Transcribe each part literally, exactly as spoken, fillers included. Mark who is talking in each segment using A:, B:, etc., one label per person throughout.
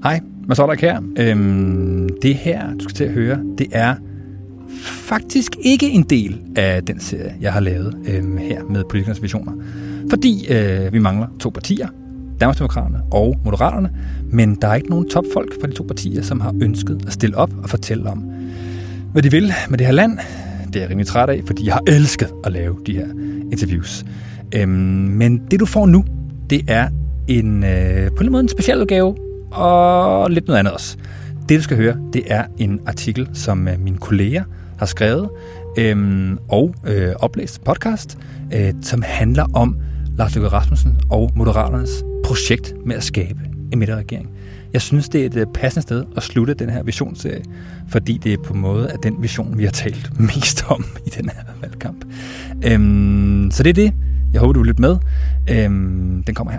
A: Hej, Mads Olrik her. Øhm, det her, du skal til at høre, det er faktisk ikke en del af den serie, jeg har lavet øhm, her med Politikernes Visioner. Fordi øh, vi mangler to partier, Danmarksdemokraterne og Moderaterne, men der er ikke nogen topfolk fra de to partier, som har ønsket at stille op og fortælle om, hvad de vil med det her land. Det er jeg rimelig træt af, fordi jeg har elsket at lave de her interviews. Øhm, men det, du får nu, det er en, øh, på en eller anden måde en specialudgave, og lidt noget andet også. Det, du skal høre, det er en artikel, som øh, mine kolleger har skrevet øh, og øh, oplæst podcast, øh, som handler om Lars Løkke Rasmussen og Moderaternes projekt med at skabe en midterregering. Jeg synes, det er et øh, passende sted at slutte den her visionsserie, fordi det er på en måde af den vision, vi har talt mest om i den her valgkamp. Øh, så det er det. Jeg håber, du vil lytte med. Øh, den kommer her.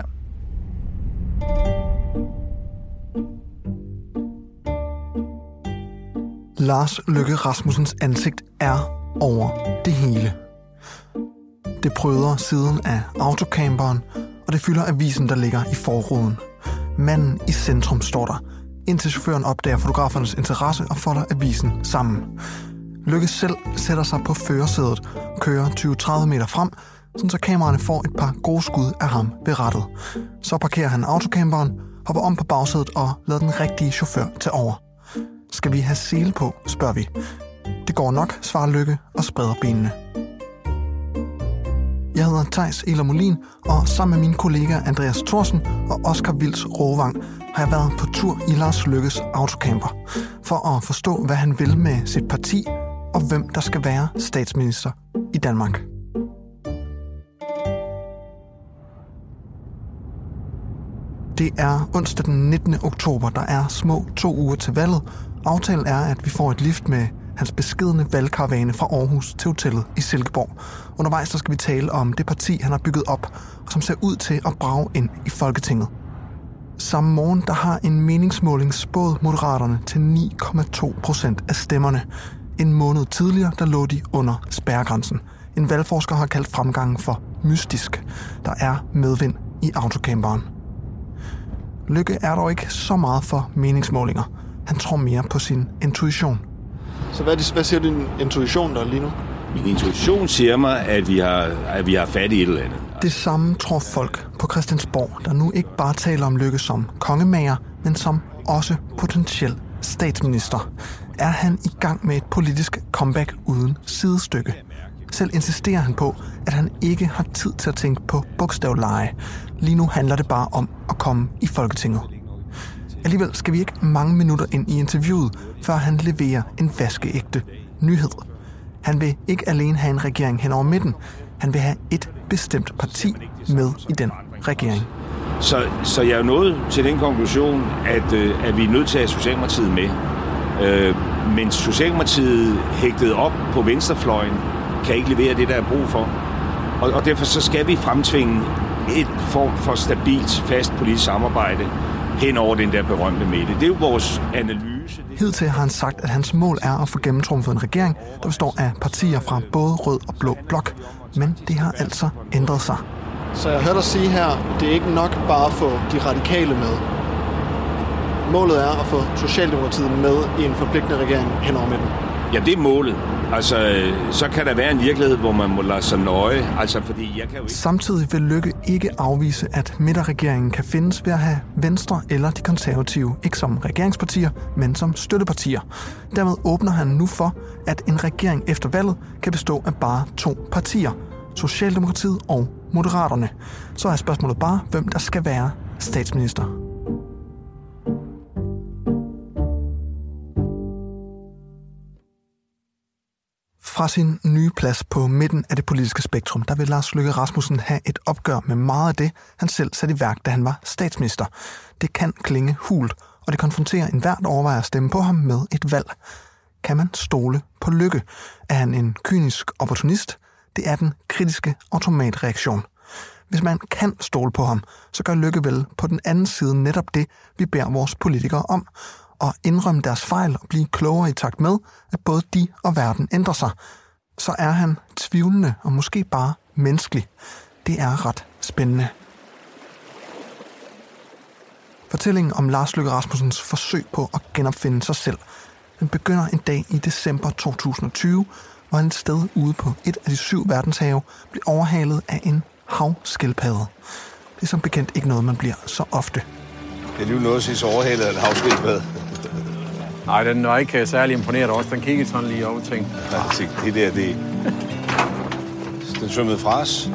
B: Lars Løkke Rasmussens ansigt er over det hele. Det prøver siden af autocamperen, og det fylder avisen, der ligger i forruden. Manden i centrum står der, indtil chaufføren opdager fotografernes interesse og folder avisen sammen. Løkke selv sætter sig på førersædet og kører tyve til tredive meter frem, så kameraerne får et par gode skud af ham ved rattet. Så parkerer han autocamperen, hopper om på bagsædet og lader den rigtige chauffør tage over. Skal vi have sele på, spørger vi. Det går nok, svarer Løkke og spreder benene. Jeg hedder Theis Eler Molin, og sammen med mine kollegaer Andreas Thorsen og Oscar Wilds Rovang har jeg været på tur i Lars Løkkes autocamper for at forstå, hvad han vil med sit parti og hvem der skal være statsminister i Danmark. Det er onsdag den nittende oktober, der er små to uger til valget. Aftalen er, at vi får et lift med hans beskedne valgkaravane fra Aarhus til hotellet i Silkeborg. Undervejs der skal vi tale om det parti, han har bygget op, og som ser ud til at brage ind i Folketinget. Samme morgen der har en meningsmåling spået Moderaterne til ni komma to procent af stemmerne. En måned tidligere der lå de under spærregrænsen. En valgforsker har kaldt fremgangen for mystisk. Der er medvind i autocamperen. Løkke er dog ikke så meget for meningsmålinger. Han tror mere på sin intuition.
C: Så hvad, hvad siger din intuition der lige nu?
D: Min intuition siger mig, at vi har, at vi har fat i et eller andet.
B: Det samme tror folk på Christiansborg, der nu ikke bare taler om Løkke som kongemager, men som også potentiel statsminister. Er han i gang med et politisk comeback uden sidestykke? Selv insisterer han på, at han ikke har tid til at tænke på bogstavleje. Lige nu handler det bare om at komme i Folketinget. Alligevel skal vi ikke mange minutter ind i interviewet, før han leverer en vaskeægte nyhed. Han vil ikke alene have en regering hen over midten. Han vil have et bestemt parti med i den regering.
D: Så, så jeg er nået til den konklusion, at, øh, at vi er nødt til at have Socialdemokratiet med. Øh, men Socialdemokratiet hægtet op på venstrefløjen kan ikke levere det, der er brug for. Og, og derfor så skal vi fremtvinge et form for stabilt, fast politisk samarbejde hen over den der berømte midte. Det er jo vores analyse.
B: Hidtil har han sagt, at hans mål er at få gennemtrumfet en regering, der består af partier fra både rød og blå blok. Men det har altså ændret sig.
C: Så jeg hørte dig sige her, det er ikke nok bare at få de radikale med. Målet er at få Socialdemokratiet med i en forpligtende regering hen over midten.
D: Ja, det er målet. Altså, så kan der være en virkelighed, hvor man må lade sig nøje. Altså, fordi jeg kan jo ikke...
B: Samtidig vil Løkke ikke afvise, at midterregeringen kan findes ved at have Venstre eller de konservative, ikke som regeringspartier, men som støttepartier. Dermed åbner han nu for, at en regering efter valget kan bestå af bare to partier, Socialdemokratiet og Moderaterne. Så er spørgsmålet bare, hvem der skal være statsminister. Fra sin nye plads på midten af det politiske spektrum, der vil Lars Løkke Rasmussen have et opgør med meget af det, han selv satte i værk, da han var statsminister. Det kan klinge hult, og det konfronterer enhver, der overvejer at stemme på ham med et valg. Kan man stole på Løkke? Er han en kynisk opportunist? Det er den kritiske automatreaktion. Hvis man kan stole på ham, så gør Løkke vel på den anden side netop det, vi beder vores politikere om, og indrømme deres fejl og blive klogere i takt med, at både de og verden ændrer sig. Så er han tvivlende og måske bare menneskelig. Det er ret spændende. Fortællingen om Lars Løkke Rasmussens forsøg på at genopfinde sig selv, den begynder en dag i december to tusind og tyve, hvor han et sted ude på et af de syv verdenshave blev overhalet af en havskildpadde. Det er som bekendt ikke noget, man bliver så ofte.
D: Det er jo noget at sige så overhalet af en havskildpadde.
E: Nej, den var ikke særlig imponeret også. Den kiggede sådan lige over og tænkte.
D: Det der, det... Den svømmede fra os.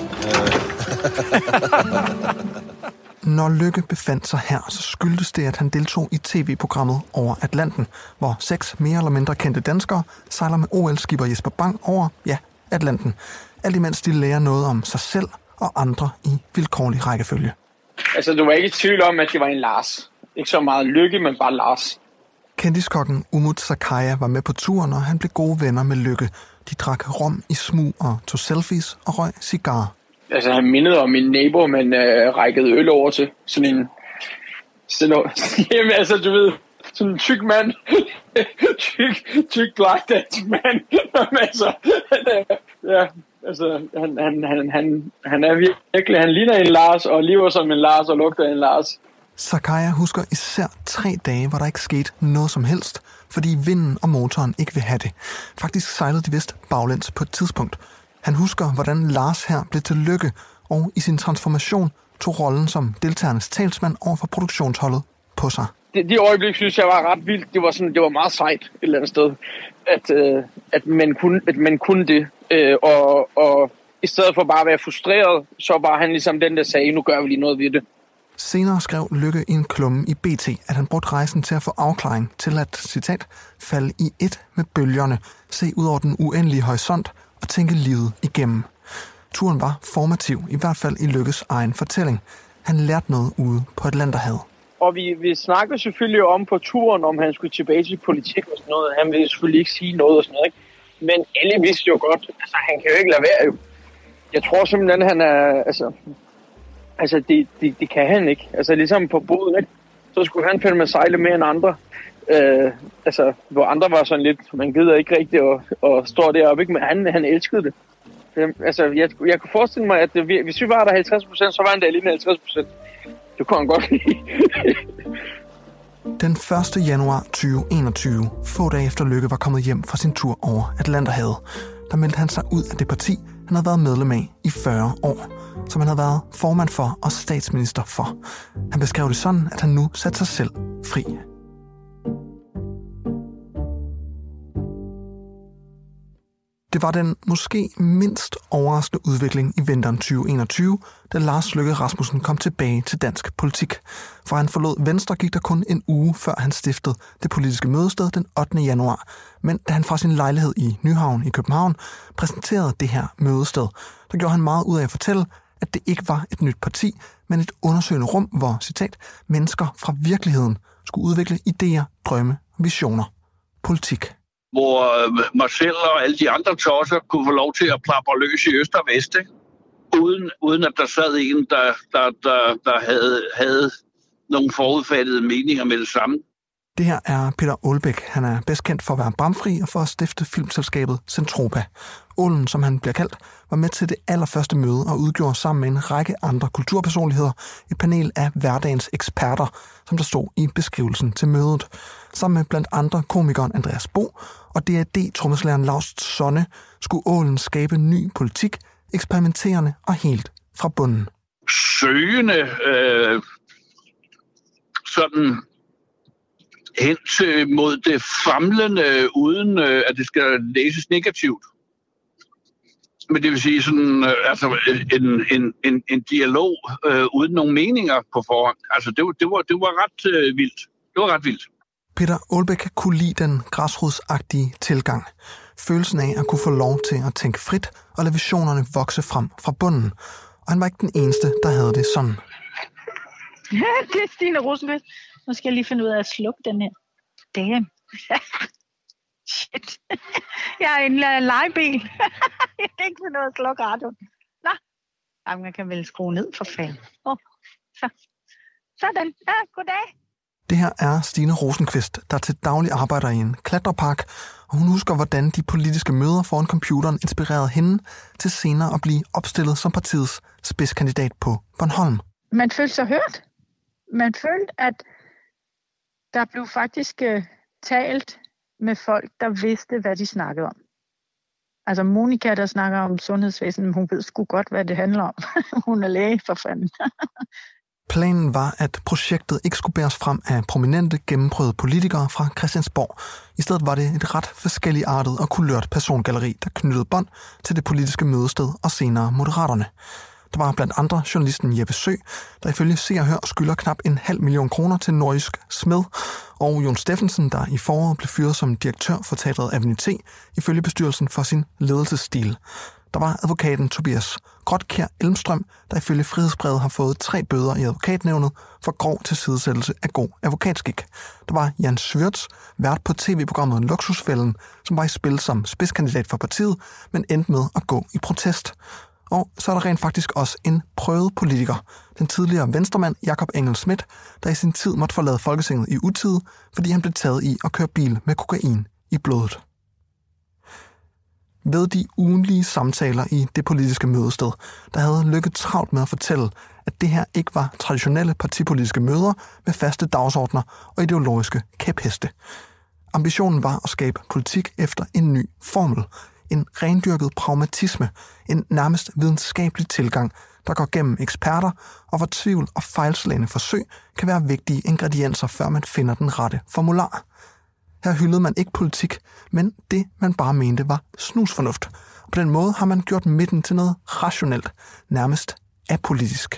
B: Når Løkke befandt sig her, så skyldtes det, at han deltog i tv-programmet Over Atlanten, hvor seks mere eller mindre kendte danskere sejler med O L-skipper Jesper Bang over, ja, Atlanten. Alt imens de lærer noget om sig selv og andre i vilkårlig rækkefølge.
F: Altså, du var ikke i tvivl om, at det var en Lars. Ikke så meget Løkke, men bare Lars.
B: Kendiskokken Umut Sakhaya var med på turen, og han blev gode venner med Løkke. De drak rom i smug og tog selfies og røg cigar.
F: Altså, han mindede om min nabo, men øh, rækkede øl over til. Sådan en... Sådan, jamen, altså, du ved, sådan en tyk mand. tyk, tyk, black dansk mand. altså, ja, altså, han, han, han, han, han er virkelig, han ligner en Lars, og lever som en Lars, og lugter en Lars.
B: Sakhaya husker især tre dage, hvor der ikke skete noget som helst, fordi vinden og motoren ikke vil have det. Faktisk sejlede de vist baglæns på et tidspunkt. Han husker, hvordan Lars her blev til Løkke, og i sin transformation tog rollen som deltagernes talsmand over for produktionsholdet på sig.
F: De, de øjeblik synes jeg var ret vildt. Det var sådan, det var meget sejt et eller andet sted, at, øh, at, man, kunne, at man kunne det. Øh, og, og i stedet for bare at være frustreret, så var han ligesom den, der sagde, nu gør vi lige noget ved det.
B: Senere skrev Løkke i en klumme i B T, at han brugte rejsen til at få afklaring til at, citat, falde i et med bølgerne, se ud over den uendelige horisont og tænke livet igennem. Turen var formativ, i hvert fald i Løkkes egen fortælling. Han lærte noget ude på Atlanterhavet.
F: Og vi, vi snakkede selvfølgelig om på turen, om han skulle tilbage til politik og sådan noget. Han ville selvfølgelig ikke sige noget og sådan noget, ikke? Men alle vidste jo godt, altså han kan jo ikke lade være jo. Jeg tror simpelthen, han er, altså... Altså, det, det, det kan han ikke. Altså, ligesom på båden, ikke? Så skulle han fandme sejle mere end andre. Øh, altså, hvor andre var sådan lidt, man gider ikke rigtigt at, at stå deroppe, ikke? Men han, han elskede det. Øh, altså, jeg, jeg kunne forestille mig, at det, hvis vi var der halvtreds procent, så var han der lige halvtreds procent. Det kunne han godt lide.
B: Den første januar tyve enogtyve, få dage efter Løkke var kommet hjem fra sin tur over Atlanterhavet, der meldte han sig ud af det parti, han havde været medlem af i fyrre år, som han havde været formand for og statsminister for. Han beskrev det sådan, at han nu satte sig selv fri. Det var den måske mindst overraskende udvikling i vinteren tyve enogtyve, da Lars Løkke Rasmussen kom tilbage til dansk politik. For han forlod Venstre gik der kun en uge før han stiftede det politiske mødested den ottende januar. Men da han fra sin lejlighed i Nyhavn i København præsenterede det her mødested, der gjorde han meget ud af at fortælle, at det ikke var et nyt parti, men et undersøgende rum, hvor, citat, mennesker fra virkeligheden skulle udvikle idéer, drømme og visioner. Politik.
G: Hvor mig selv og alle de andre tosser kunne få lov til at plapre løs i øst og vest, ikke? Uden, uden at der sad en, der, der, der, der havde, havde nogle forudfattede meninger med det samme.
B: Det her er Peter Aalbæk. Han er bedst kendt for at være bramfri og for at stifte filmselskabet Centropa. Ålen, som han bliver kaldt, var med til det allerførste møde og udgjorde sammen med en række andre kulturpersonligheder et panel af hverdagens eksperter, som der stod i beskrivelsen til mødet. Sammen med blandt andre komikeren Andreas Bo og D A D-trommeslageren Laust Sonne skulle Ålen skabe ny politik, eksperimenterende og helt fra bunden.
G: Søgende, øh, sådan hen til mod det famlende, uden øh, at det skal læses negativt. Men det vil sige sådan, øh, altså en, en, en, en dialog øh, uden nogen meninger på forhånd. Altså det var, det var, det var ret øh, vildt. Det var ret vildt.
B: Peter Aalbæk kunne lide den græsrodsagtige tilgang. Følelsen af at kunne få lov til at tænke frit og lade visionerne vokse frem fra bunden. Og han var ikke den eneste, der havde det sådan.
H: Ja, det er Stine Rosenqvist. Nu skal jeg lige finde ud af at slukke den her. Damn. Shit. Jeg er en legebil. Jeg kan ikke finde ud af at slukke radioen. Nå. Jamen, man kan vel skrue ned for fanden. Oh. Så. Sådan. Ja, goddag.
B: Det her er Stine Rosenqvist, der til daglig arbejder i en klatrepark, og hun husker, hvordan de politiske møder foran computeren inspirerede hende til senere at blive opstillet som partiets spidskandidat på Bornholm.
H: Man følte sig hørt. man følte, at der blev faktisk uh, talt med folk, der vidste, hvad de snakkede om. Altså Monika, der snakker om sundhedsvæsenet, hun ved sgu godt, hvad det handler om. Hun er læge, for fanden.
B: Planen var, at projektet ikke skulle bæres frem af prominente, gennemprøvede politikere fra Christiansborg. I stedet var det et ret forskelligartet og kulørt persongalleri, der knyttede bånd til det politiske mødested og senere Moderaterne. Der var blandt andre journalisten Jeppe Sø, der ifølge Se og Hør skylder knap en halv million kroner til Nordjysk Smed, og Jon Steffensen, der i foråret blev fyret som direktør for teatret Avenue ifølge bestyrelsen for sin ledelsesstil. Der var advokaten Tobias Grotkjær Elmstrøm, der ifølge Frihedsbrevet har fået tre bøder i advokatnævnet for grov tilsidesættelse af god advokatskik. Der var Jan Schwirtz, vært på tv-programmet Luksusfælden, som var i spil som spidskandidat for partiet, men endte med at gå i protest. Og så er der rent faktisk også en prøvet politiker, den tidligere venstremand Jakob Engel-Schmidt, der i sin tid måtte forlade Folketinget i utide, fordi han blev taget i at køre bil med kokain i blodet. Ved de ugenlige samtaler i det politiske mødested, der havde Løkke travlt med at fortælle, at det her ikke var traditionelle partipolitiske møder med faste dagsordner og ideologiske kæpheste. Ambitionen var at skabe politik efter en ny formel, en rendyrket pragmatisme, en nærmest videnskabelig tilgang, der går gennem eksperter, og hvor tvivl og fejlslagne forsøg kan være vigtige ingredienser, før man finder den rette formular. Her hyldede man ikke politik, men det, man bare mente, var snusfornuft. Og på den måde har man gjort midten til noget rationelt, nærmest apolitisk.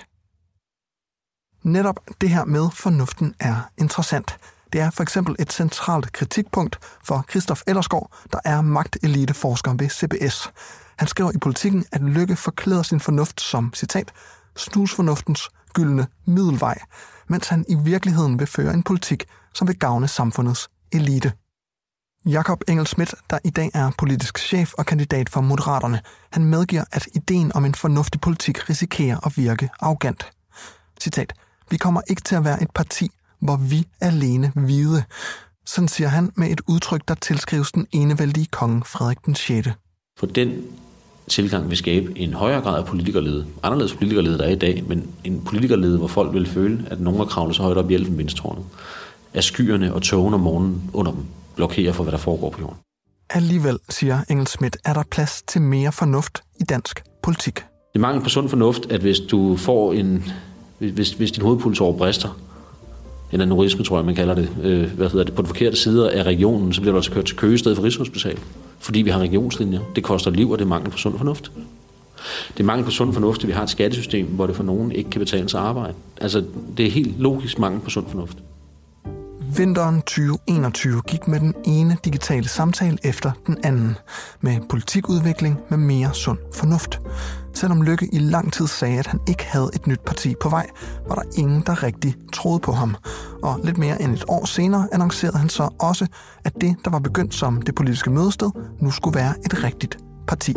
B: Netop det her med fornuften er interessant. Det er for eksempel et centralt kritikpunkt for Christoph Ellersgaard, der er magteliteforsker ved C B S. Han skriver i Politikken, at Løkke forklæder sin fornuft som, citat, snusfornuftens gyldne middelvej, mens han i virkeligheden vil føre en politik, som vil gavne samfundets elite. Jakob Engel-Schmidt, der i dag er politisk chef og kandidat for Moderaterne, han medgiver, at ideen om en fornuftig politik risikerer at virke arrogant. Citat, vi kommer ikke til at være et parti, hvor vi alene vide. Sådan siger han med et udtryk, der tilskrives den enevældige konge Frederik den sjette.
I: For den tilgang vil skabe en højere grad af politikerlede. Anderledes politikerlede, der er i dag, men en politikerlede, hvor folk vil føle, at nogen har kravlet så højt op i elfenbenstårnet. At skyerne og tågen om morgenen under dem blokerer for, hvad der foregår på jorden.
B: Alligevel, siger Engel-Schmidt, er der plads til mere fornuft i dansk politik.
I: Det er mangel på sund fornuft, at hvis du får en... Hvis, hvis din hovedpuls overbrister, en aneurisme, tror jeg, man kalder det, øh, hvad hedder det, på den forkerte side af regionen, så bliver du altså kørt til Køge i stedet for Rigshospitalet. Fordi vi har regionslinjer. Det koster liv, og det er mangel på sund fornuft. Det er mangel på sund fornuft, at vi har et skattesystem, hvor det for nogen ikke kan betale sig arbejde. Altså, det er helt logisk mangel på sund fornuft.
B: Vinteren tyve enogtyve gik med den ene digitale samtale efter den anden, med politikudvikling med mere sund fornuft. Selvom Løkke i lang tid sagde, at han ikke havde et nyt parti på vej, var der ingen, der rigtig troede på ham. Og lidt mere end et år senere annoncerede han så også, at det, der var begyndt som det politiske mødested, nu skulle være et rigtigt parti.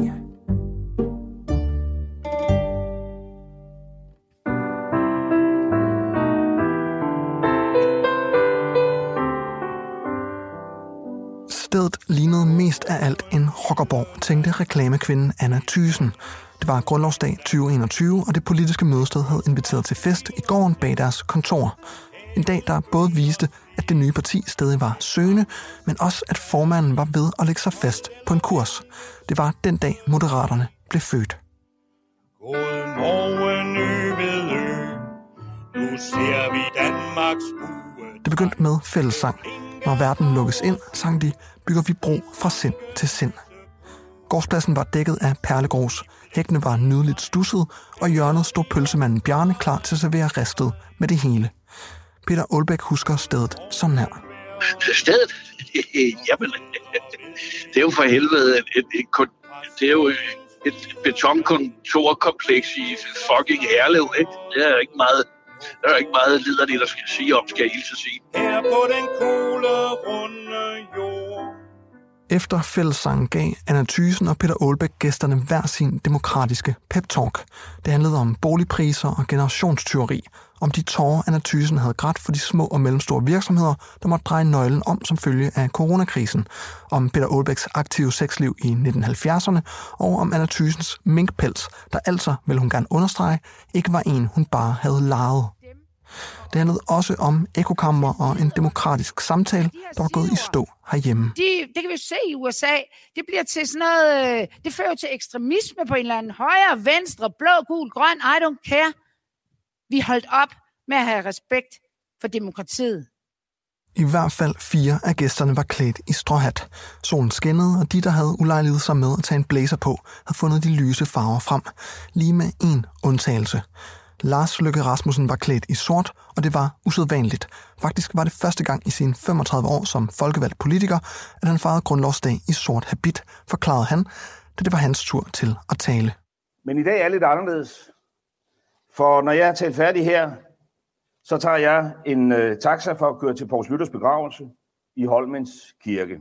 B: Stedet lignede mest af alt en rockerborg, tænkte reklamekvinden Anna Thyssen. Det var grundlovsdag tyve enogtyve, og det politiske mødested havde inviteret til fest i gården bag deres kontor. En dag, der både viste, at det nye parti stadig var søgende, men også at formanden var ved at lægge sig fast på en kurs. Det var den dag, Moderaterne blev født.
J: Godmorgen, Øvedø. Nu ser vi Danmarks bue.
B: Det begyndte med fællessang. Når verden lukkes ind, sang de, bygger vi bro fra sind til sind. Gårdspladsen var dækket af perlegrus. Hækkene var nydeligt stusset, og i hjørnet stod pølsemanden Bjarne klar til at servere ristet med det hele. Peter Aalbæk husker stedet sådan her.
G: Stedet? Jamen, det er jo for helvede et, et, et, det er jo et betonkontorkompleks i fucking Herlev, ikke? Det er ikke meget, der er ikke meget liderligt, der skal sige om, skal jeg hilse at sige.
J: Her på den kugle runde jord.
B: Efter fællessangen gav Anna Thyssen og Peter Aalbæk gæsterne hver sin demokratiske pep-talk. Det handlede om boligpriser og generationstyveri, om de tårer, Anna Thyssen havde grædt for de små og mellemstore virksomheder, der måtte dreje nøglen om som følge af coronakrisen, om Peter Aalbæks aktive sexliv i nitten halvfjerdserne, og om Anna Thyssens minkpels, der altså, vil hun gerne understrege, ikke var en, hun bare havde lejet. Det handlede også om ekokammer og en demokratisk samtale, der var gået i stå herhjemme.
K: De, det kan vi jo se i U S A. Det bliver til sådan noget, det fører til ekstremisme på en eller anden højre, venstre, blå, gul, grøn, I don't care. Vi holdt op med at have respekt for demokratiet.
B: I hvert fald fire af gæsterne var klædt i stråhat. Solen skinnede, og de, der havde ulejliget sig med at tage en blazer på, havde fundet de lyse farver frem. Lige med en undtagelse. Lars Løkke Rasmussen var klædt i sort, og det var usædvanligt. Faktisk var det første gang i sine femogtredive år som folkevalgt politiker, at han fejrede grundlovsdag i sort habit, forklarede han, da det var hans tur til at tale.
D: Men i dag er lidt anderledes. For når jeg er talt færdig her, så tager jeg en øh, taxa for at køre til Poul Schlüters begravelse i Holmens Kirke.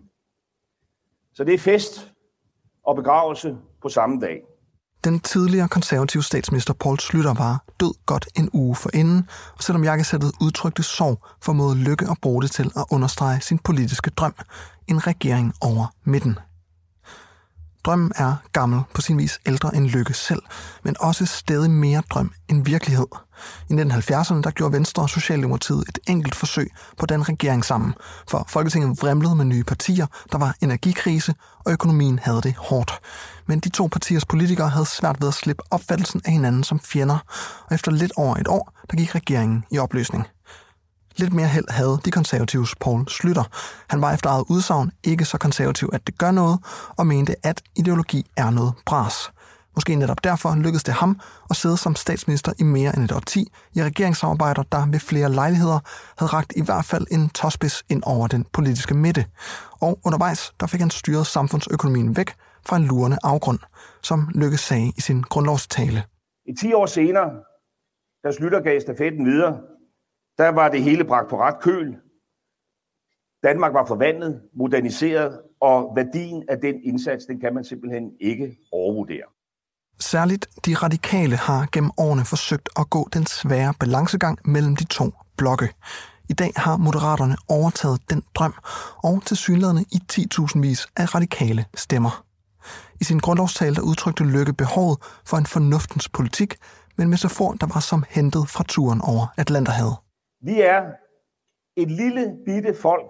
D: Så det er fest og begravelse på samme dag.
B: Den tidligere konservative statsminister Poul Schlüter var død godt en uge forinden, og selvom jakkesættet udtrykte sorg, formåede Løkke at bruge det til at understrege sin politiske drøm. En regering over midten. Drømmen er gammel, på sin vis ældre end Løkke selv, men også stadig mere drøm end virkelighed. I nitten halvfjerdserne der gjorde Venstre og Socialdemokratiet et enkelt forsøg på den regering sammen, for Folketinget vrimlede med nye partier, der var energikrise, og økonomien havde det hårdt. Men de to partiers politikere havde svært ved at slippe opfattelsen af hinanden som fjender, og efter lidt over et år, der gik regeringen i opløsning. Lidt mere held havde de konservatives Poul Schlüter. Han var efter eget udsagn ikke så konservativ, at det gør noget, og mente, at ideologi er noget bras. Måske netop derfor lykkedes det ham at sidde som statsminister i mere end et årti i regeringssamarbejder, der ved flere lejligheder havde rakt i hvert fald en tåspids ind over den politiske midte. Og undervejs der fik han styret samfundsøkonomien væk fra en lurende afgrund, som Løkke sagde i sin grundlovstale.
D: I ti år senere, da Schlüter gav stafetten videre, der var det hele bragt på ret køl. Danmark var forvandlet, moderniseret, og værdien af den indsats, den kan man simpelthen ikke overvurdere.
B: Særligt de radikale har gennem årene forsøgt at gå den svære balancegang mellem de to blokke. I dag har Moderaterne overtaget den drøm, og tilsyneladende i ti tusindvis af radikale stemmer. I sin grundlovstale der udtrykte Løkke behovet for en fornuftens politik, men metafor, der var som hentet fra turen over Atlanterhavet.
D: Vi er et lille bitte folk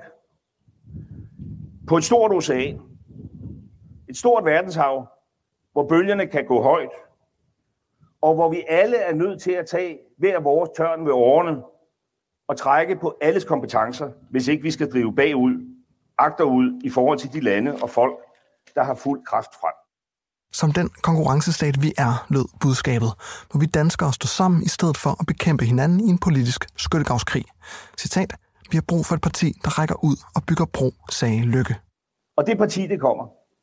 D: på et stort ocean, et stort verdenshav, hvor bølgerne kan gå højt, og hvor vi alle er nødt til at tage hver vores tørn ved årene og trække på alles kompetencer, hvis ikke vi skal drive bagud, agterud i forhold til de lande og folk, der har fuld kraft frem.
B: Som den konkurrencestat vi er, lød budskabet, hvor vi danskere står sammen i stedet for at bekæmpe hinanden i en politisk skyttegravskrig. Citat, vi har brug for et parti, der rækker ud og bygger bro, sagde Løkke.
D: Og det parti, det kommer.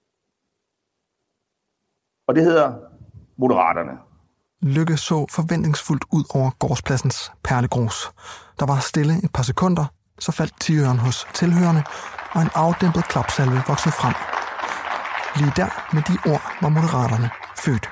D: Og det hedder Moderaterne.
B: Løkke så forventningsfuldt ud over gårdspladsens perlegrus. Der var stille et par sekunder, så faldt tiøren hos tilhørende, og en afdæmpet klapsalve voksede frem. Lige der med de ord var Moderaterne født.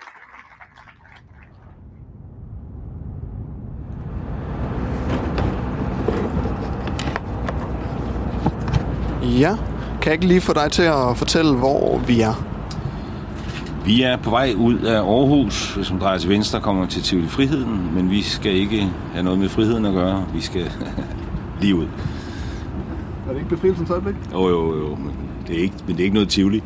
C: Ja, kan jeg ikke lige få dig til at fortælle, hvor vi er?
D: Vi er på vej ud af Aarhus, som drejer til venstre, kommer til Tivoli Friheden, men vi skal ikke have noget med friheden at gøre. Vi skal lige ud.
C: Er det ikke befrielsens øjeblik?
D: Jo, jo, jo, men det er ikke, men det er ikke noget Tivoli.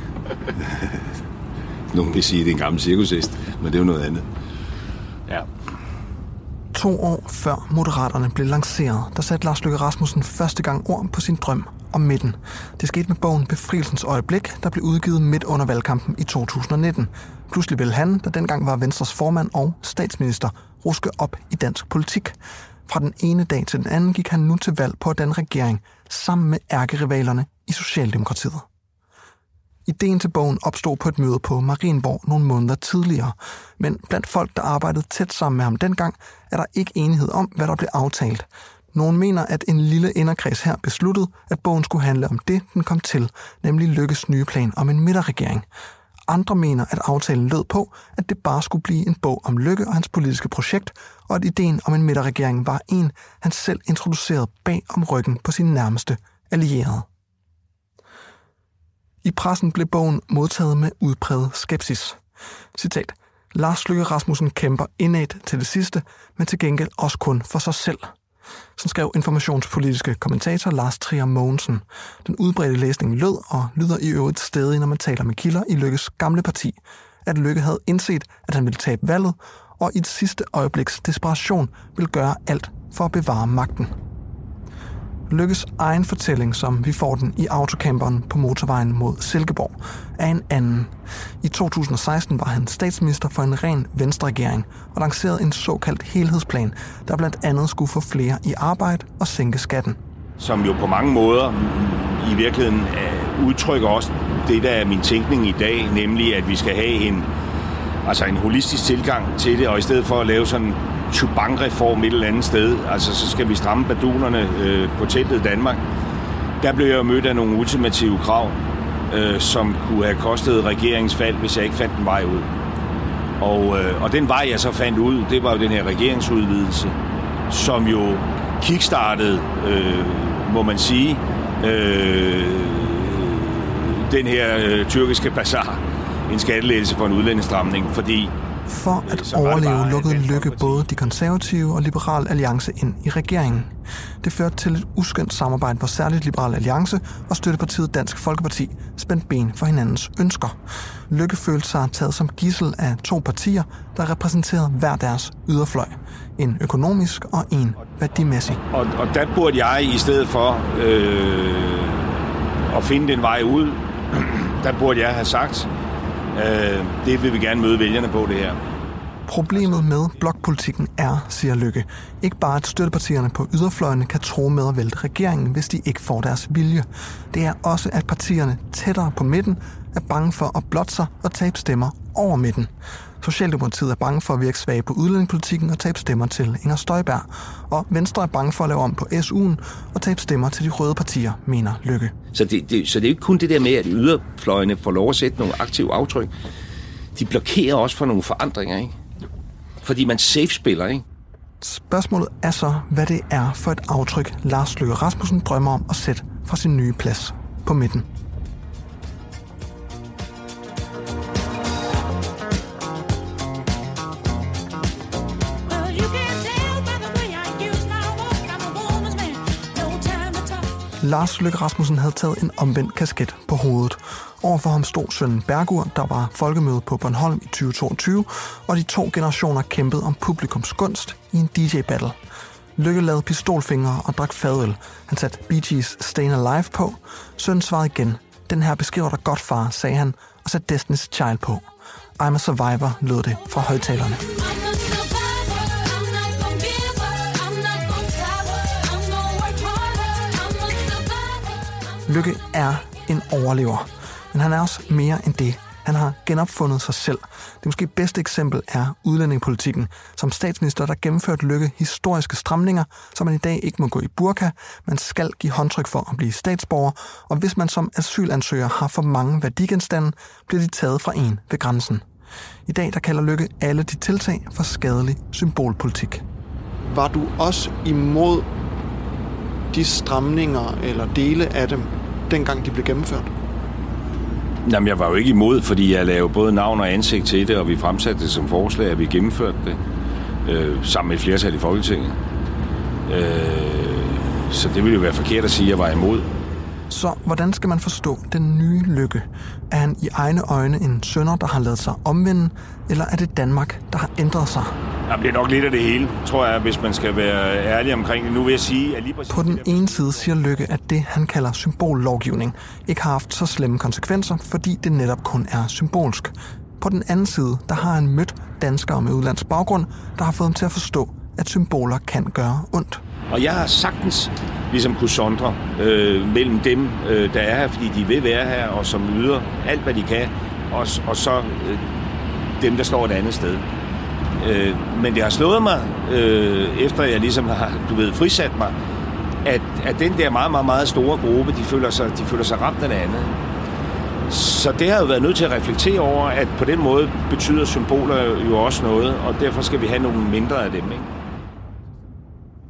D: Nogen vil sige, at det er en gammel cirkushest, men det er jo noget andet. Ja.
B: To år før Moderaterne blev lanceret, der satte Lars Løkke Rasmussen første gang ord på sin drøm om midten. Det skete med bogen Befrielsens øjeblik, der blev udgivet midt under valgkampen i to tusind og nitten. Pludselig ville han, der dengang var Venstres formand og statsminister, ruske op i dansk politik. Fra den ene dag til den anden gik han nu til valg på den regering, sammen med ærkerivalerne i Socialdemokratiet. Ideen til bogen opstod på et møde på Marienborg nogle måneder tidligere, men blandt folk, der arbejdede tæt sammen med ham dengang, er der ikke enighed om, hvad der blev aftalt. Nogen mener, at en lille inderkreds her besluttede, at bogen skulle handle om det, den kom til, nemlig Løkkes nye plan om en midterregering. Andre mener, at aftalen lød på, at det bare skulle blive en bog om Løkke og hans politiske projekt, og at ideen om en midterregering var en, han selv introducerede bag om ryggen på sin nærmeste allierede. I pressen blev bogen modtaget med udpræget skepsis. Citat, Lars Løkke Rasmussen kæmper indad til det sidste, men til gengæld også kun for sig selv. Sådan skrev informationspolitiske kommentator Lars Trier Mogensen. Den udbredte læsning lød og lyder i øvrigt stadig, når man taler med kilder i Løkkes gamle parti, at Løkke havde indset, at han ville tabe valget, og i et sidste øjebliks desperation ville gøre alt for at bevare magten. Løkkes egen fortælling, som vi får den i autocamperen på motorvejen mod Silkeborg, er en anden. I to tusind og seksten var han statsminister for en ren venstreregering og lancerede en såkaldt helhedsplan, der blandt andet skulle få flere i arbejde og sænke skatten.
D: Som jo på mange måder i virkeligheden udtrykker også det, der er min tænkning i dag, nemlig at vi skal have en, altså en holistisk tilgang til det, og i stedet for at lave sådan en Chubank-reform et eller andet sted, altså så skal vi stramme badunerne øh, på teltet i Danmark. Der blev jeg mødt af nogle ultimative krav, øh, som kunne have kostet regeringsfald, hvis jeg ikke fandt en vej ud. Og, øh, og den vej, jeg så fandt ud, det var jo den her regeringsudvidelse, som jo kickstartede, øh, må man sige, øh, den her øh, tyrkiske bazar, en skattelettelse for en udlændingestramning, fordi
B: For at overleve lukkede Løkke både de konservative og Liberal Alliance ind i regeringen. Det førte til et uskønt samarbejde, hvor særligt Liberal Alliance og støttepartiet Dansk Folkeparti spændte ben for hinandens ønsker. Løkke følte sig taget som gidsel af to partier, der repræsenterede hver deres yderfløj. En økonomisk og en værdimæssig.
D: Og, og der burde jeg i stedet for øh, at finde den vej ud, der burde jeg have sagt, øh, det vil vi gerne møde vælgerne på det her.
B: Problemet med blokpolitikken er, siger Løkke, ikke bare at støttepartierne på yderfløjene kan tro med at vælte regeringen, hvis de ikke får deres vilje. Det er også, at partierne tættere på midten er bange for at blotte sig og tabe stemmer over midten. Socialdemokratiet er bange for at virke svage på udlændingepolitikken og tabe stemmer til Inger Støjberg. Og Venstre er bange for at lave om på S U'en og tabe stemmer til de røde partier, mener Løkke.
D: Så det, det, så det er ikke kun det der med, at yderfløjene får lov at sætte nogle aktive aftryk. De blokerer også for nogle forandringer, ikke? Fordi man safe-spiller, ikke?
B: Spørgsmålet er så, hvad det er for et aftryk, Lars Løkke Rasmussen drømmer om at sætte fra sin nye plads på midten. Lars Løkke Rasmussen havde taget en omvendt kasket på hovedet. Overfor ham stod sønnen Bergur, der var folkemøde på Bornholm i tyve toogtyve, og de to generationer kæmpede om publikums gunst i en D J-battle. Løkke lavede pistolfingre og drak fadøl. Han satte Bee Gees Stayin' Alive på. Sønnen svarede igen. Den her beskriver dig godt, far, sagde han, og satte Destiny's Child på. I'm a Survivor lød det fra højtalerne. Løkke er en overlever, men han er også mere end det. Han har genopfundet sig selv. Det måske bedste eksempel er udlændingepolitikken. Som statsminister, der gennemførte Løkke historiske stramninger, så man i dag ikke må gå i burka, man skal give håndtryk for at blive statsborger, og hvis man som asylansøger har for mange værdigenstande, bliver de taget fra en ved grænsen. I dag der kalder Løkke alle de tiltag for skadelig symbolpolitik.
C: Var du også imod de stramninger eller dele af dem, dengang de blev gennemført?
D: Jamen, jeg var jo ikke imod, fordi jeg lavede både navn og ansigt til det, og vi fremsatte det som forslag, at vi gennemførte det øh, sammen med et flertal i Folketinget. Øh, så det ville jo være forkert at sige, at jeg var imod.
B: Så hvordan skal man forstå den nye Løkke? Er han i egne øjne en sønder, der har ladet sig omvende, eller er det Danmark, der har ændret sig?
D: Jamen, det er nok lidt af det hele, tror jeg, hvis man skal være ærlig omkring det. Nu vil jeg sige, at lige præcis...
B: På den ene side siger Løkke, at det, han kalder symbollovgivning, ikke har haft så slemme konsekvenser, fordi det netop kun er symbolsk. På den anden side, der har han mødt danskere med udlandsk baggrund, der har fået ham til at forstå, at symboler kan gøre ondt.
D: Og jeg har sagtens ligesom kunne sondre øh, mellem dem, øh, der er her, fordi de vil være her, og som yder alt, hvad de kan, og, og så øh, dem, der står et andet sted. Øh, men det har slået mig, øh, efter jeg ligesom har, du ved, frisat mig, at, at den der meget, meget, meget store gruppe, de føler sig, de føler sig ramt af det andet. Så det har jo været nødt til at reflektere over, at på den måde betyder symboler jo også noget, og derfor skal vi have nogle mindre af dem, ikke?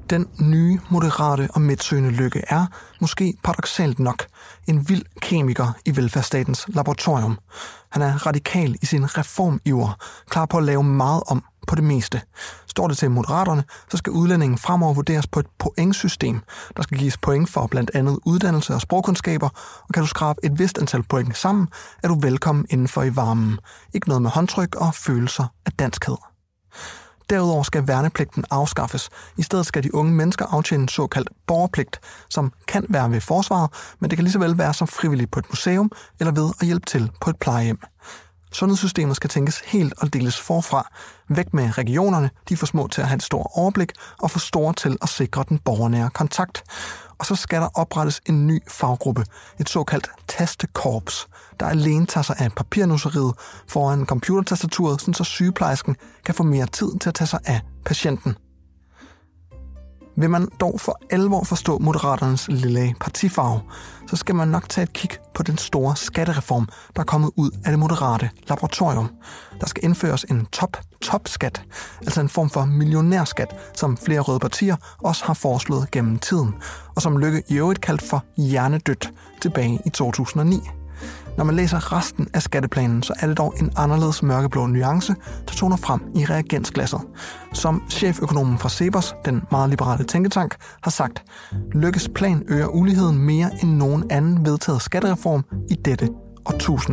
B: Den nye, moderate og midtsøgende Løkke er, måske paradoksalt nok, en vild kemiker i velfærdsstatens laboratorium. Han er radikal i sin reformiver, klar på at lave meget om på det meste. Står det til Moderaterne, så skal udlændingen fremover vurderes på et pointsystem. Der skal gives point for blandt andet uddannelse og sprogkundskaber, og kan du skrabe et vist antal point sammen, er du velkommen indenfor i varmen. Ikke noget med håndtryk og følelser af danskhed. Derudover skal værnepligten afskaffes. I stedet skal de unge mennesker aftjene en såkaldt borgerpligt, som kan være ved forsvaret, men det kan lige så vel være som frivillig på et museum eller ved at hjælpe til på et plejehjem. Sundhedssystemet skal tænkes helt og deles forfra. Væk med regionerne, de er for små til at have et stort overblik og for store til at sikre den borgernære kontakt. Og så skal der oprettes en ny faggruppe, et såkaldt tastekorps, der alene tager sig af papirnusseriet foran computertastaturet, så sygeplejersken kan få mere tid til at tage sig af patienten. Vil man dog for alvor forstå Moderaternes lille partifarve, så skal man nok tage et kig på den store skattereform, der er kommet ud af det moderate laboratorium. Der skal indføres en top-top-skat, altså en form for millionærskat, som flere røde partier også har foreslået gennem tiden, og som Løkke i øvrigt kaldt for hjernedødt tilbage i to tusind og ni. Når man læser resten af skatteplanen, så er det dog en anderledes mørkeblå nuance, der toner frem i reagensglasset. Som cheføkonomen fra CEPOS, den meget liberale tænketank, har sagt, Løkkes plan øger uligheden mere end nogen anden vedtaget skattereform i dette årtusinde.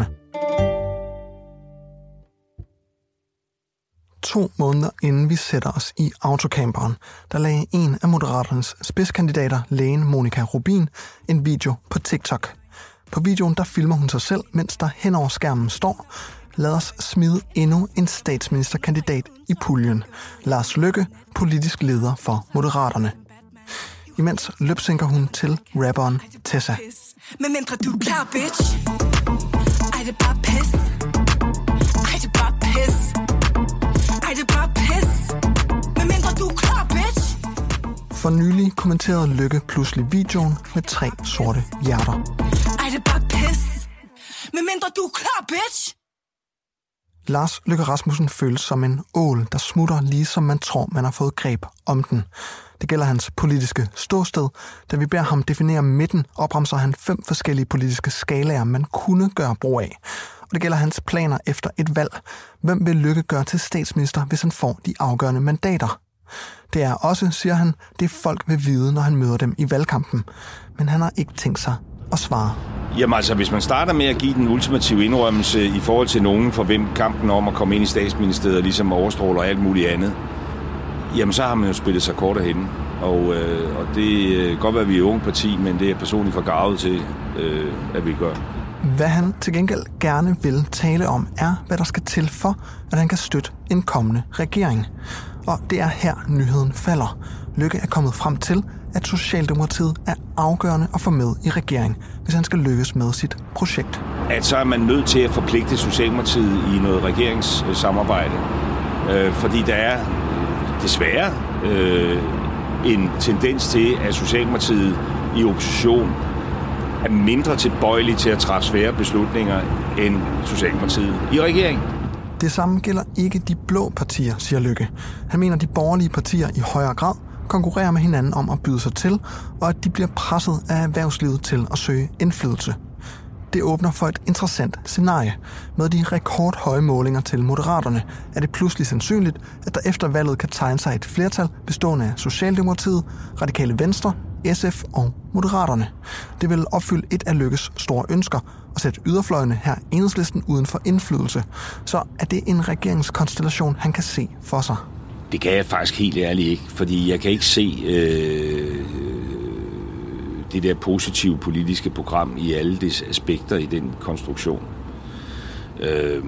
B: To måneder inden vi sætter os i autocamperen, der lagde en af Moderaternes spidskandidater, lægen Monika Rubin, en video på TikTok. På videoen der filmer hun sig selv, mens der hen over skærmen står, lad os smide endnu en statsministerkandidat i puljen. Lars Løkke, politisk leder for Moderaterne. Imens løbsynker hun til rapperen Tessa.
L: Men mindre du er klar, bitch. Ej, det er bare pis. Ej, det er bare pis. Ej, det er bare pis. Men mindre du er klar, bitch.
B: For nylig kommenterede Løkke pludselig videoen med tre sorte hjerter.
L: Ej, det er bare pis. Men mindre du er klar, bitch.
B: Lars Løkke Rasmussen føles som en ål, der smutter lige som man tror, man har fået greb om den. Det gælder hans politiske ståsted. Da vi beder ham definere midten, opremser han fem forskellige politiske skalaer, man kunne gøre brug af. Og det gælder hans planer efter et valg. Hvem vil Løkke gøre til statsminister, hvis han får de afgørende mandater? Det er også, siger han, det folk vil vide, når han møder dem i valgkampen. Men han har ikke tænkt sig at svare.
D: Jamen altså, hvis man starter med at give den ultimative indrømmelse i forhold til nogen, for hvem kampen om at komme ind i statsministeriet ligesom overstråler alt muligt andet, jamen så har man jo spillet sig kort herhenne. Og, øh, og det kan godt være, at vi er et ungt parti, men det er personligt for garvet til, øh, at vi gør.
B: Hvad han til gengæld gerne vil tale om, er, hvad der skal til for, at han kan støtte en kommende regering. Og det er her nyheden falder. Løkke er kommet frem til, at Socialdemokratiet er afgørende at få med i regering, hvis han skal lykkes med sit projekt.
D: At så er man nødt til at forpligte Socialdemokratiet i noget regeringssamarbejde. Øh, fordi der er desværre øh, en tendens til, at Socialdemokratiet i opposition er mindre tilbøjelig til at træffe svære beslutninger end Socialdemokratiet i regering.
B: Det samme gælder ikke de blå partier, siger Løkke. Han mener, at de borgerlige partier i højere grad konkurrerer med hinanden om at byde sig til, og at de bliver presset af erhvervslivet til at søge indflydelse. Det åbner for et interessant scenarie. Med de rekordhøje målinger til Moderaterne er det pludselig sandsynligt, at der efter valget kan tegne sig et flertal bestående af Socialdemokratiet, Radikale Venstre, S F og Moderaterne. Det vil opfylde et af Løkkes store ønsker og sætte yderfløjene her Enhedslisten uden for indflydelse. Så er det en regeringskonstellation, han kan se for sig.
D: Det kan jeg faktisk helt ærligt ikke, fordi jeg kan ikke se øh, det der positive politiske program i alle dets aspekter i den konstruktion. Øh,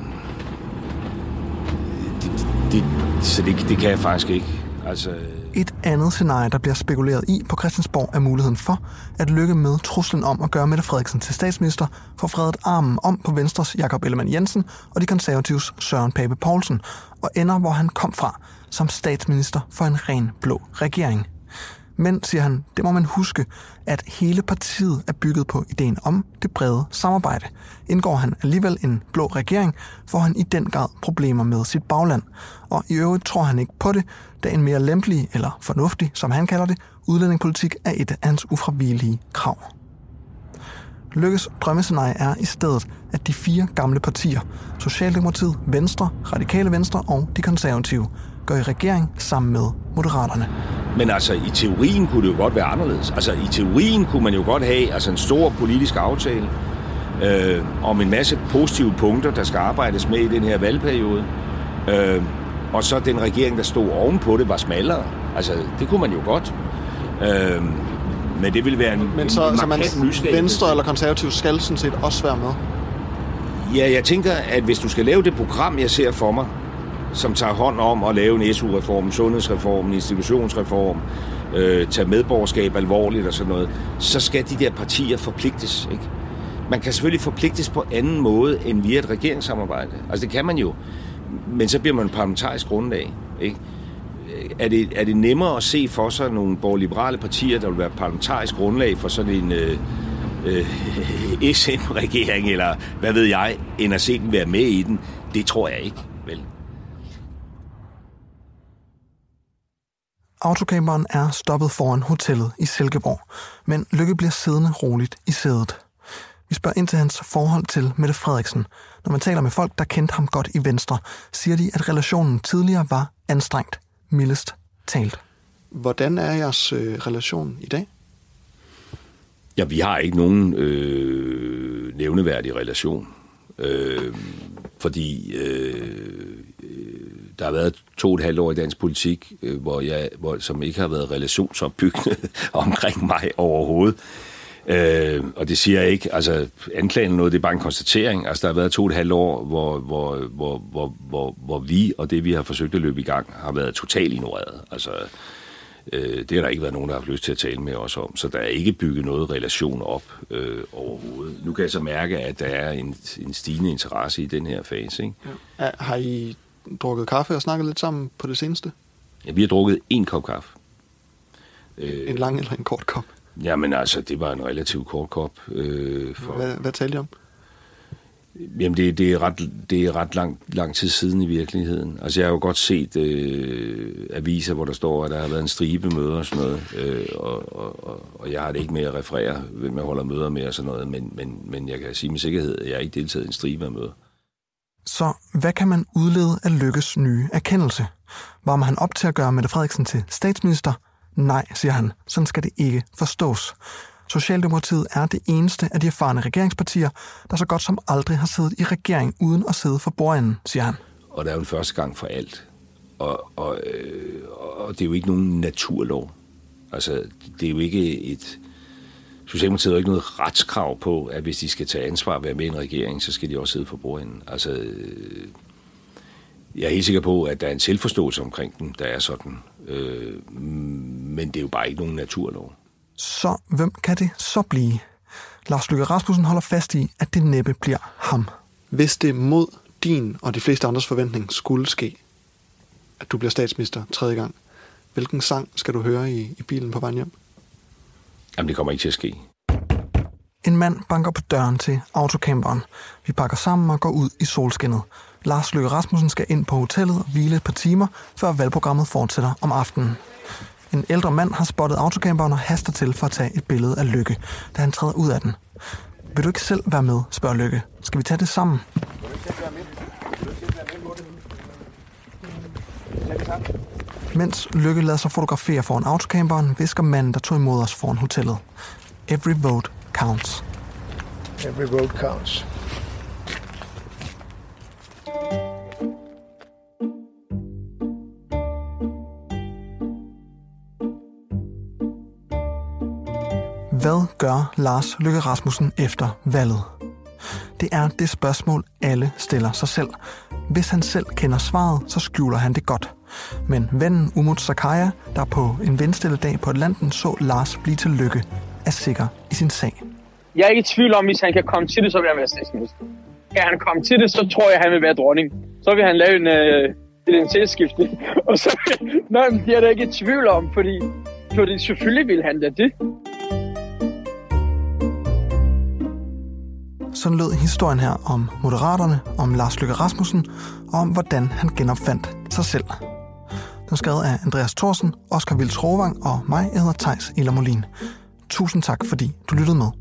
D: det, det, så det, det kan jeg faktisk ikke. Altså...
B: Et andet scenarie, der bliver spekuleret i på Christiansborg, er muligheden for, at Løkke med truslen om at gøre Mette Frederiksen til statsminister får fredet armen om på Venstres Jakob Ellemann-Jensen og de konservatives Søren Pape Poulsen, og ender, hvor han kom fra, som statsminister for en ren blå regering. Men, siger han, det må man huske, at hele partiet er bygget på ideen om det brede samarbejde. Indgår han alligevel en blå regering, får han i den grad problemer med sit bagland. Og i øvrigt tror han ikke på det, da en mere lempelig, eller fornuftig, som han kalder det, udlændingepolitik er et af hans ufravigelige krav. Lykkes drømmescenarie er i stedet, at de fire gamle partier, Socialdemokratiet, Venstre, Radikale Venstre og de konservative, går i regering sammen med Moderaterne.
D: Men altså, i teorien kunne det jo godt være anderledes. Altså, i teorien kunne man jo godt have altså, en stor politisk aftale øh, om en masse positive punkter, der skal arbejdes med i den her valgperiode. Øh, og så den regering, der stod ovenpå det, var smallere. Altså, det kunne man jo godt. Øh, men det ville være en
C: Men så,
D: en
C: så man, Venstre eller konservative skal sådan set også være med?
D: Ja, jeg tænker, at hvis du skal lave det program, jeg ser for mig, som tager hånd om at lave en S U-reform, en sundhedsreform, en institutionsreform, øh, tage medborgerskab alvorligt og sådan noget, så skal de der partier forpligtes, ikke? Man kan selvfølgelig forpligtes på anden måde end via et regeringssamarbejde. Altså det kan man jo, men så bliver man parlamentarisk grundlag, ikke? Er det, er det nemmere at se for sig nogle borgerliberale partier, der vil være parlamentarisk grundlag for sådan en øh, øh, S M-regering, eller hvad ved jeg, end at se dem være med i den? Det tror jeg ikke, vel?
B: Autocamperen er stoppet foran hotellet i Silkeborg, men Lykke bliver siddende roligt i sædet. Vi spørger ind til hans forhold til Mette Frederiksen. Når man taler med folk, der kendte ham godt i Venstre, siger de, at relationen tidligere var anstrengt, mildest talt.
C: Hvordan er jeres øh, relation i dag?
D: Ja, vi har ikke nogen øh, nævneværdig relation, øh, fordi øh, der har været to og et halvt år i dansk politik, øh, hvor jeg, hvor, som ikke har været relationsopbyggende omkring mig overhovedet. Øh, og det siger jeg ikke, altså anklagen noget, det er bare en konstatering. Altså der har været to og et halvt år, hvor, hvor, hvor, hvor, hvor, hvor vi og det, vi har forsøgt at løbe i gang, har været totalt ignoreret. Altså øh, det har der ikke været nogen, der har haft lyst til at tale med os om. Så der er ikke bygget noget relation op øh, overhovedet. Nu kan jeg så mærke, at der er en, en stigende interesse i den her fase, ikke?
C: Ja. Har I drukket kaffe og snakket lidt sammen på det seneste?
D: Ja, vi har drukket en kop kaffe.
C: En lang eller en kort kop?
D: Jamen altså, det var en relativt kort kop. Øh, for...
C: hvad, hvad talte I om?
D: Jamen, det, det er ret, det er ret lang, lang tid siden i virkeligheden. Altså, jeg har jo godt set øh, aviser, hvor der står, at der har været en stribe møder og sådan noget, øh, og, og, og jeg har det ikke med at referere, hvem jeg holder møder med og sådan noget, men, men, men jeg kan sige med sikkerhed, at jeg har ikke deltaget i en stribe af møder.
B: Så hvad kan man udlede af Lykkes nye erkendelse? Varmer han op til at gøre Mette Frederiksen til statsminister? Nej, siger han. Sådan skal det ikke forstås. Socialdemokratiet er det eneste af de erfarne regeringspartier, der så godt som aldrig har siddet i regering uden at sidde for bordenden, siger han.
D: Og der er jo en første gang for alt. Og, og, øh, og det er jo ikke nogen naturlov. Altså, det er jo ikke et... Socialdemokratiet har ikke noget retskrav på, at hvis de skal tage ansvar og være med i en regering, så skal de også sidde for bordenden. Altså, øh, jeg er helt sikker på, at der er en selvforståelse omkring dem, der er sådan. Øh, men det er jo bare ikke nogen naturlov.
B: Så hvem kan det så blive? Lars Løkke Rasmussen holder fast i, at det næppe bliver ham.
C: Hvis det mod din og de fleste andres forventning skulle ske, at du bliver statsminister tredje gang, hvilken sang skal du høre i, i bilen på vejen hjem?
D: Jamen, det kommer ikke til at ske.
B: En mand banker på døren til autocamperen. Vi pakker sammen og går ud i solskinnet. Lars Løkke Rasmussen skal ind på hotellet og hvile et par timer, før valgprogrammet fortsætter om aftenen. En ældre mand har spottet autocamperen og haster til for at tage et billede af Lykke, da han træder ud af den. Vil du ikke selv være med, spørger Lykke. Skal vi tage det sammen? Mens Lykke lader sig fotografere foran autocamperen, visker manden, der tog imod os foran hotellet. Every vote counts.
M: Every vote counts.
B: Hvad gør Lars Løkke Rasmussen efter valget? Det er det spørgsmål, alle stiller sig selv. Hvis han selv kender svaret, så skjuler han det godt. Men vennen Umut Sakhaya, der på en vindstille dag på Atlanten så Lars blive til Lykke, er sikker i sin sag.
F: Jeg er ikke i tvivl om, hvis han kan komme til det, så vil han være statsminister. Kan han komme til det, så tror jeg, han vil være dronning. Så vil han lave en øh, identitetsskifte. Og så nej, det er der ikke i tvivl om, fordi Fordi selvfølgelig ville han da det.
B: Sådan lød historien her om Moderaterne, om Lars Løkke Rasmussen og om, hvordan han genopfandt sig selv. Den er skrevet af Andreas Thorsen, Oscar Wiltz Rovang og mig, jeg hedder Theis Eller Molin. Tusind tak, fordi du lyttede med.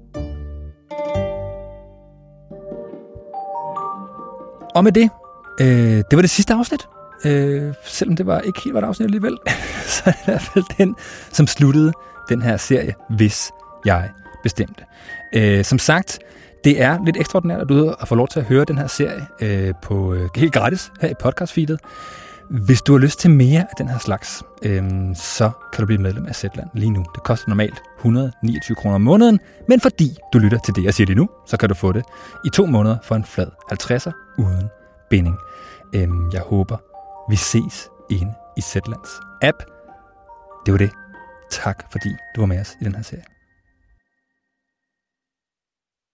A: Og med det, øh, det var det sidste afsnit. Øh, selvom det var ikke helt var et afsnit alligevel, så er det i hvert fald den, som sluttede den her serie, Hvis jeg bestemte. Øh, som sagt, det er lidt ekstraordinært, at du har fået lov til at høre den her serie øh, på øh, helt gratis her i podcastfeedet. Hvis du har lyst til mere af den her slags, øh, så kan du blive medlem af Zetland lige nu. Det koster normalt et hundrede og niogtyve kroner om måneden, men fordi du lytter til det, jeg siger lige nu, så kan du få det i to måneder for en flad halvtredser uden binding. Øh, jeg håber, vi ses inde i Zetlands app. Det var det. Tak fordi du var med os i den her serie.